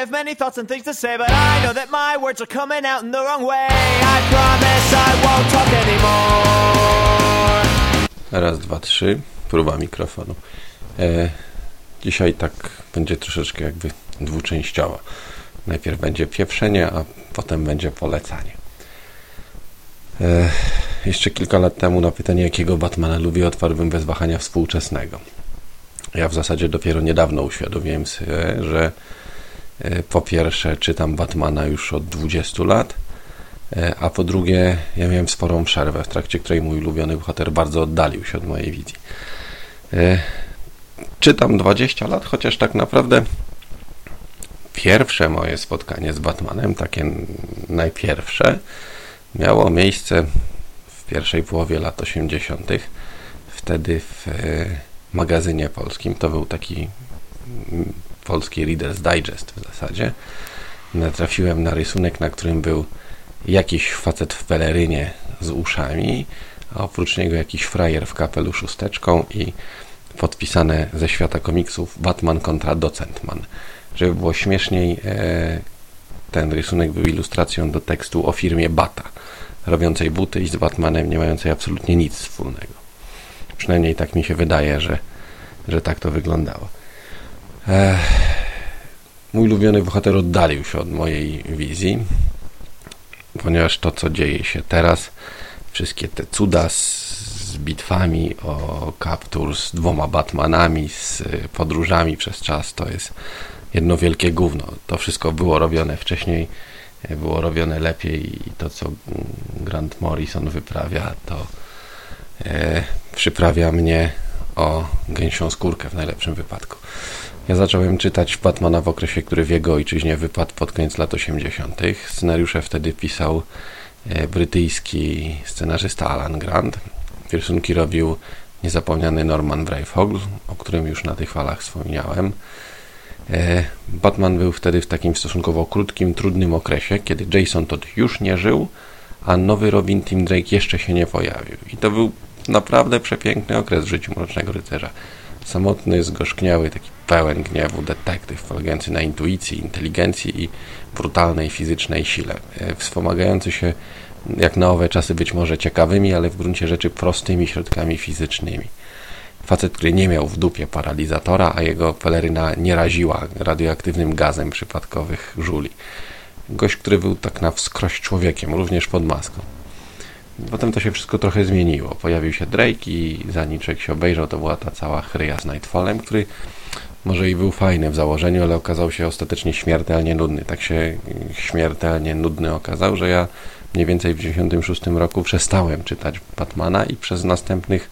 have many thoughts and things to say, but I know that my words are coming out in the wrong way. I promise I won't talk anymore. Raz, dwa, trzy. Próba mikrofonu. Dzisiaj tak będzie troszeczkę jakby dwuczęściowo. Najpierw będzie pieprzenie, a potem będzie polecanie. Jeszcze kilka lat temu na pytanie, jakiego Batmana lubię, odparłbym bez wahania współczesnego. Ja w zasadzie dopiero niedawno uświadomiłem sobie, że po pierwsze czytam Batmana już od 20 lat, a po drugie ja miałem sporą przerwę, w trakcie której mój ulubiony bohater bardzo oddalił się od mojej wizji. Czytam 20 lat, chociaż tak naprawdę pierwsze moje spotkanie z Batmanem, takie najpierwsze, miało miejsce w pierwszej połowie lat 80. Wtedy w magazynie polskim. To był taki polski Reader's Digest w zasadzie. Natrafiłem na rysunek, na którym był jakiś facet w pelerynie z uszami, a oprócz niego jakiś frajer w kapeluszu z teczką i podpisane ze świata komiksów Batman kontra Docentman. Żeby było śmieszniej, ten rysunek był ilustracją do tekstu o firmie Bata, robiącej buty i z Batmanem nie mającej absolutnie nic wspólnego. Przynajmniej tak mi się wydaje, że tak to wyglądało. Mój ulubiony bohater oddalił się od mojej wizji, ponieważ to, co dzieje się teraz, wszystkie te cuda z bitwami o kaptur, z 2 Batmanami, z podróżami przez czas, to jest jedno wielkie gówno. To wszystko było robione wcześniej, było robione lepiej i to, co Grant Morrison wyprawia, to przyprawia mnie o gęsią skórkę w najlepszym wypadku. Ja zacząłem czytać Batmana w okresie, który w jego ojczyźnie wypadł pod koniec lat 80. Scenariusze wtedy pisał brytyjski scenarzysta Alan Grant. Rysunki robił niezapomniany Norman Breyfogle, o którym już na tych falach wspomniałem. Batman był wtedy w takim stosunkowo krótkim, trudnym okresie, kiedy Jason Todd już nie żył, a nowy Robin Tim Drake jeszcze się nie pojawił. I to był naprawdę przepiękny okres w życiu Mrocznego Rycerza. Samotny, zgorzkniały, taki pełen gniewu detektyw, polegający na intuicji, inteligencji i brutalnej fizycznej sile. Wspomagający się jak na owe czasy być może ciekawymi, ale w gruncie rzeczy prostymi środkami fizycznymi. Facet, który nie miał w dupie paralizatora, a jego peleryna nie raziła radioaktywnym gazem przypadkowych żuli. Gość, który był tak na wskroś człowiekiem, również pod maską. Potem to się wszystko trochę zmieniło. Pojawił się Drake i zanim człowiek się obejrzał, to była ta cała chryja z Nightfallem, który może i był fajny w założeniu, ale okazał się ostatecznie śmiertelnie nudny. Tak się śmiertelnie nudny okazał, że ja mniej więcej w 1996 roku przestałem czytać Batmana i przez następnych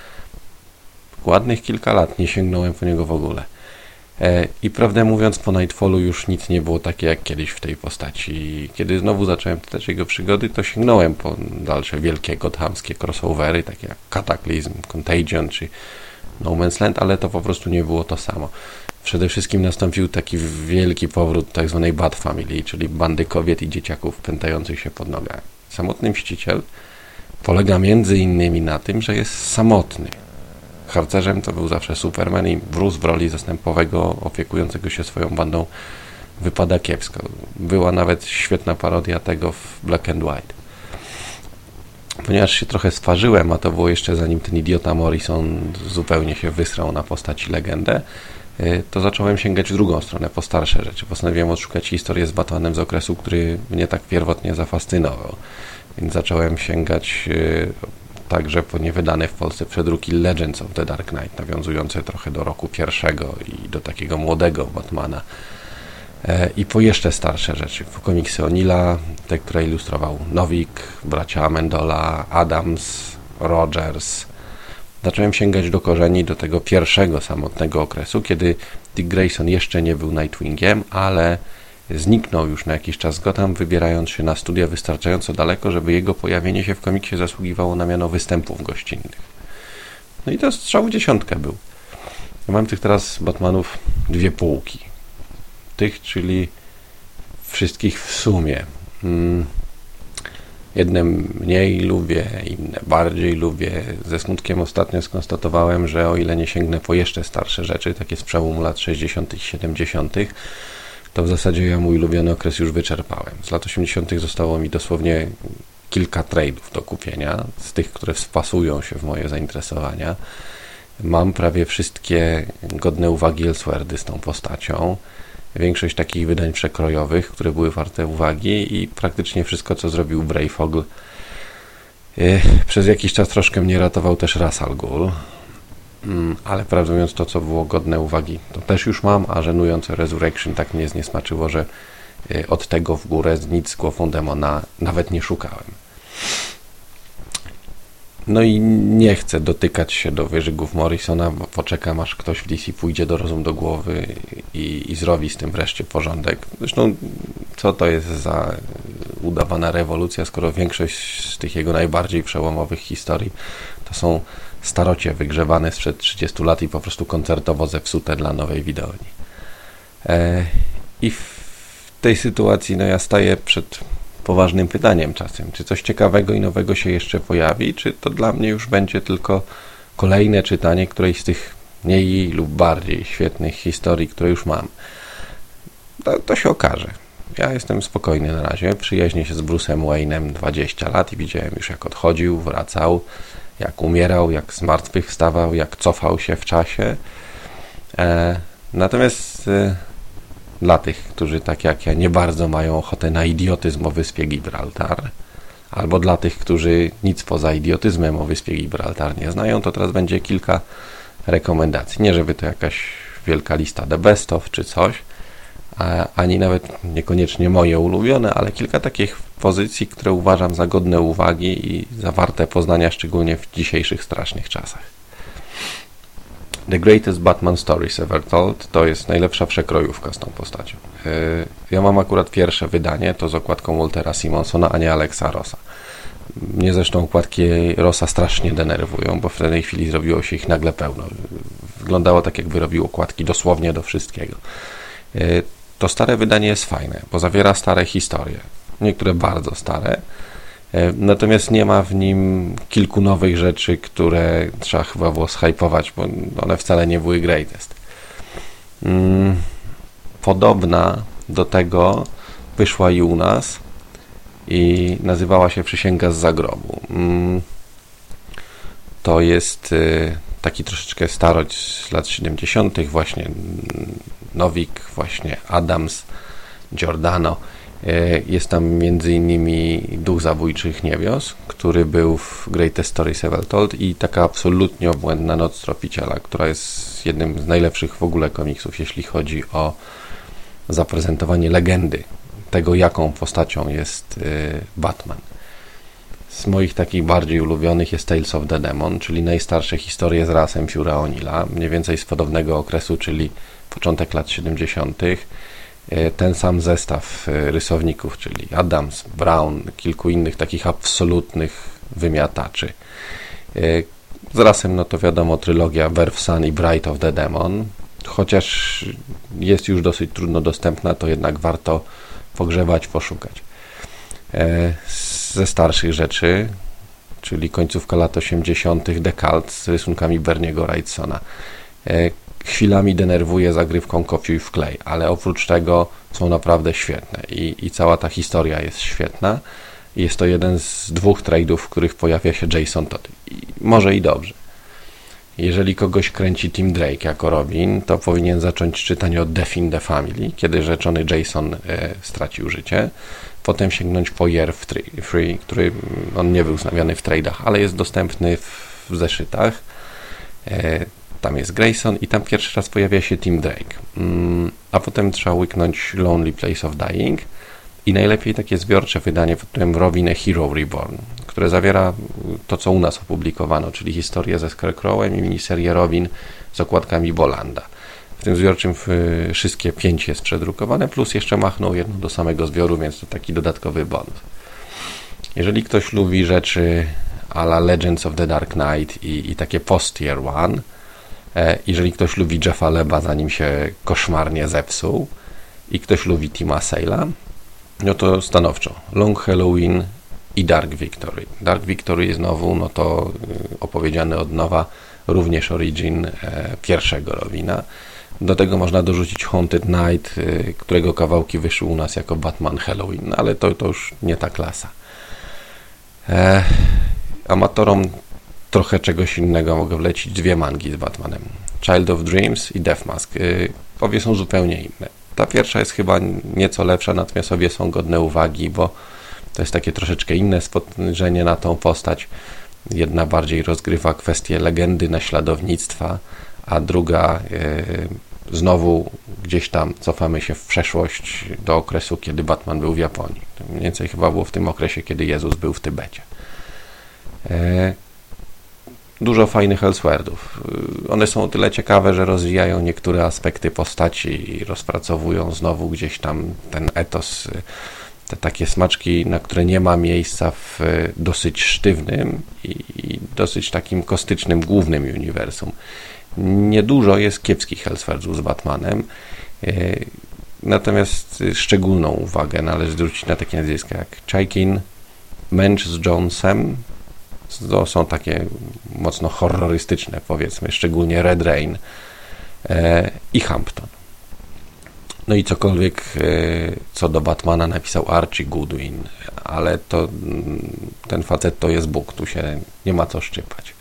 ładnych kilka lat nie sięgnąłem po niego w ogóle. I prawdę mówiąc, po Nightfallu już nic nie było takie jak kiedyś w tej postaci. Kiedy znowu zacząłem czytać jego przygody, to sięgnąłem po dalsze wielkie gothamskie crossovery, takie jak Cataclysm, Contagion czy No Man's Land, ale to po prostu nie było to samo. Przede wszystkim nastąpił taki wielki powrót tak zwanej Bat Family, czyli bandy kobiet i dzieciaków pętających się pod nogami. Samotny Mściciel polega między innymi na tym, że jest samotny. Harcerzem to był zawsze Superman i Bruce w roli zastępowego opiekującego się swoją bandą wypada kiepsko. Była nawet świetna parodia tego w Black and White. Ponieważ się trochę stwarzyłem, a to było jeszcze zanim ten idiota Morrison zupełnie się wysrał na postaci legendę, to zacząłem sięgać w drugą stronę, po starsze rzeczy. Postanowiłem odszukać historię z Batmanem z okresu, który mnie tak pierwotnie zafascynował. Więc zacząłem sięgać także po niewydane w Polsce przedruki Legends of the Dark Knight, nawiązujące trochę do roku pierwszego i do takiego młodego Batmana. I po jeszcze starsze rzeczy, po komiksy O'Neilla, te, które ilustrował Nowik, bracia Amendola, Adams, Rogers. Zacząłem sięgać do korzeni, do tego pierwszego samotnego okresu, kiedy Dick Grayson jeszcze nie był Nightwingiem, ale zniknął już na jakiś czas z Gotham, wybierając się na studia wystarczająco daleko, żeby jego pojawienie się w komiksie zasługiwało na miano występów gościnnych. No i to strzał w dziesiątkę był. Ja mam tych teraz Batmanów 2 półki. Tych, czyli wszystkich w sumie. Jedne mniej lubię, inne bardziej lubię. Ze smutkiem ostatnio skonstatowałem, że o ile nie sięgnę po jeszcze starsze rzeczy, takie z przełomu lat 60. i 70., to w zasadzie ja mój ulubiony okres już wyczerpałem. Z lat 80. zostało mi dosłownie kilka trade'ów do kupienia, z tych, które wpasują się w moje zainteresowania. Mam prawie wszystkie godne uwagi Elseworldy z tą postacią. Większość takich wydań przekrojowych, które były warte uwagi i praktycznie wszystko, co zrobił Brave. Przez jakiś czas troszkę mnie ratował też Ra's al Ghul, ale prawdę mówiąc to, co było godne uwagi, to też już mam, a żenujące Resurrection tak mnie zniesmaczyło, że od tego w górę nic z głową demona nawet nie szukałem. No i nie chcę dotykać się do wyżygów Morrisona, bo poczekam, aż ktoś w DC pójdzie do rozum do głowy i zrobi z tym wreszcie porządek. Zresztą co to jest za udawana rewolucja, skoro większość z tych jego najbardziej przełomowych historii to są starocie wygrzewane sprzed 30 lat i po prostu koncertowo zepsute dla nowej widowni. I w tej sytuacji ja staję przed poważnym pytaniem czasem, czy coś ciekawego i nowego się jeszcze pojawi, czy to dla mnie już będzie tylko kolejne czytanie którejś z tych mniej lub bardziej świetnych historii, które już mam. To się okaże. Ja jestem spokojny na razie, przyjaźnię się z Bruce'em Wayne'em 20 lat i widziałem już, jak odchodził, wracał, jak umierał, jak zmartwychwstawał, jak cofał się w czasie. Natomiast dla tych, którzy tak jak ja nie bardzo mają ochotę na idiotyzm o wyspie Gibraltar, albo dla tych, którzy nic poza idiotyzmem o wyspie Gibraltar nie znają, to teraz będzie kilka rekomendacji. Nie żeby to jakaś wielka lista The Best of czy coś, ani nawet niekoniecznie moje ulubione, ale kilka takich pozycji, które uważam za godne uwagi i za warte poznania, szczególnie w dzisiejszych strasznych czasach. The Greatest Batman Stories Ever Told to jest najlepsza przekrojówka z tą postacią. Ja mam akurat pierwsze wydanie, to z okładką Waltera Simonsona, a nie Alexa Rossa. Mnie zresztą okładki Rossa strasznie denerwują, bo w tej chwili zrobiło się ich nagle pełno. Wyglądało tak, jakby robił okładki dosłownie do wszystkiego. To stare wydanie jest fajne, bo zawiera stare historie. Niektóre bardzo stare. Natomiast nie ma w nim kilku nowych rzeczy, które trzeba chyba było zhypować, bo one wcale nie były greatest. Podobna do tego wyszła i u nas i nazywała się Przysięga z zagrobu. To jest taki troszeczkę starość z lat 70. właśnie Nowik, właśnie Adams, Giordano. Jest tam między innymi Duch Zabójczych Niebios, który był w Greatest Stories Ever Told i taka absolutnie obłędna Noc Tropiciela, która jest jednym z najlepszych w ogóle komiksów, jeśli chodzi o zaprezentowanie legendy tego, jaką postacią jest Batman. Z moich takich bardziej ulubionych jest Tales of the Demon, czyli najstarsze historie z Rasem Fure'a O'Neilla, mniej więcej z podobnego okresu, czyli początek lat 70. Ten sam zestaw rysowników, czyli Adams, Brown, kilku innych takich absolutnych wymiataczy. Z Rasem, to wiadomo, trylogia Birth Sun i Bride of the Demon, chociaż jest już dosyć trudno dostępna, to jednak warto pogrzebać, poszukać. Ze starszych rzeczy, czyli końcówka lat 80. The Cult z rysunkami Berniego Wrightsona. Chwilami denerwuje zagrywką kopiuj w klej, ale oprócz tego są naprawdę świetne i cała ta historia jest świetna. Jest to jeden z 2 trade'ów, w których pojawia się Jason Todd. Może i dobrze. Jeżeli kogoś kręci Tim Drake jako Robin, to powinien zacząć czytanie od Death in the Family, kiedy rzeczony Jason stracił życie. Potem sięgnąć po Year Free, który on nie był znawiany w trade'ach, ale jest dostępny w zeszytach. Tam jest Grayson i tam pierwszy raz pojawia się Tim Drake. A potem trzeba łyknąć Lonely Place of Dying i najlepiej takie zbiorcze wydanie pod tytułem Robin a Hero Reborn, które zawiera to, co u nas opublikowano, czyli historię ze Scarecrowem i miniserię Robin z okładkami Bolanda. W tym zbiorczym wszystkie 5 jest przedrukowane, plus jeszcze machnął jedno do samego zbioru, więc to taki dodatkowy bonus. Jeżeli ktoś lubi rzeczy a la Legends of the Dark Knight i takie post-Year One, jeżeli ktoś lubi Jeffa Leba, zanim się koszmarnie zepsuł, i ktoś lubi Tima Sale'a, no to stanowczo Long Halloween i Dark Victory. Dark Victory znowu, to opowiedziane od nowa również origin pierwszego Robina. Do tego można dorzucić Haunted Night, którego kawałki wyszły u nas jako Batman Halloween, ale to już nie ta klasa. Amatorom trochę czegoś innego mogę wlecić dwie mangi z Batmanem. Child of Dreams i Death Mask. Obie są zupełnie inne. Ta pierwsza jest chyba nieco lepsza, natomiast obie są godne uwagi, bo to jest takie troszeczkę inne spojrzenie na tą postać. Jedna bardziej rozgrywa kwestię legendy, naśladownictwa, a druga znowu gdzieś tam cofamy się w przeszłość do okresu, kiedy Batman był w Japonii. Mniej więcej chyba było w tym okresie, kiedy Jezus był w Tybecie. Dużo fajnych Elseworldów. One są o tyle ciekawe, że rozwijają niektóre aspekty postaci i rozpracowują znowu gdzieś tam ten etos, te takie smaczki, na które nie ma miejsca w dosyć sztywnym i dosyć takim kostycznym głównym uniwersum. Niedużo jest kiepskich Elseworldsów z Batmanem, natomiast szczególną uwagę należy zwrócić na takie nazwiska jak Chaikin, Mensch z Jonesem. To są takie mocno horrorystyczne, powiedzmy, szczególnie Red Rain i Hampton. No i cokolwiek co do Batmana napisał Archie Goodwin, ale to ten facet to jest Bóg, tu się nie ma co szczypać.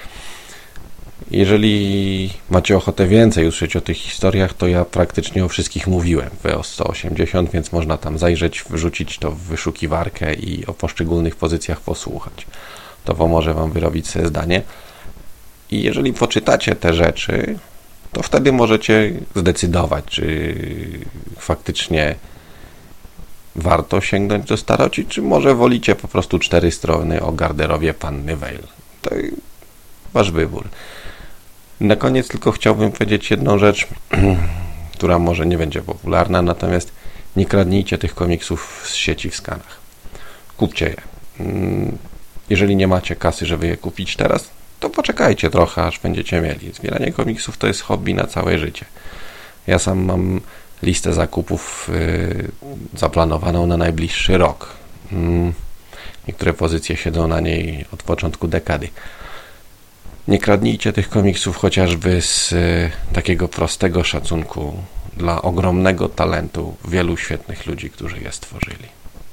Jeżeli macie ochotę więcej usłyszeć o tych historiach, to ja praktycznie o wszystkich mówiłem w EOS 180, więc można tam zajrzeć, wrzucić to w wyszukiwarkę i o poszczególnych pozycjach posłuchać. To pomoże wam wyrobić sobie zdanie. I jeżeli poczytacie te rzeczy, to wtedy możecie zdecydować, czy faktycznie warto sięgnąć do staroci, czy może wolicie po prostu 4 strony o garderobie panny Vale. To wasz wybór. Na koniec tylko chciałbym powiedzieć jedną rzecz, która może nie będzie popularna, natomiast nie kradnijcie tych komiksów z sieci w skanach. Kupcie je. Jeżeli nie macie kasy, żeby je kupić teraz, to poczekajcie trochę, aż będziecie mieli. Zbieranie komiksów to jest hobby na całe życie. Ja sam mam listę zakupów zaplanowaną na najbliższy rok. Niektóre pozycje siedzą na niej od początku dekady. Nie kradnijcie tych komiksów chociażby z takiego prostego szacunku dla ogromnego talentu wielu świetnych ludzi, którzy je stworzyli.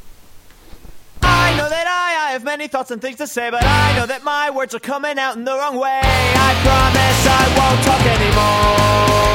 I know that I have many thoughts and things to say, but I know that my words are coming out in the wrong way. I promise I won't talk anymore.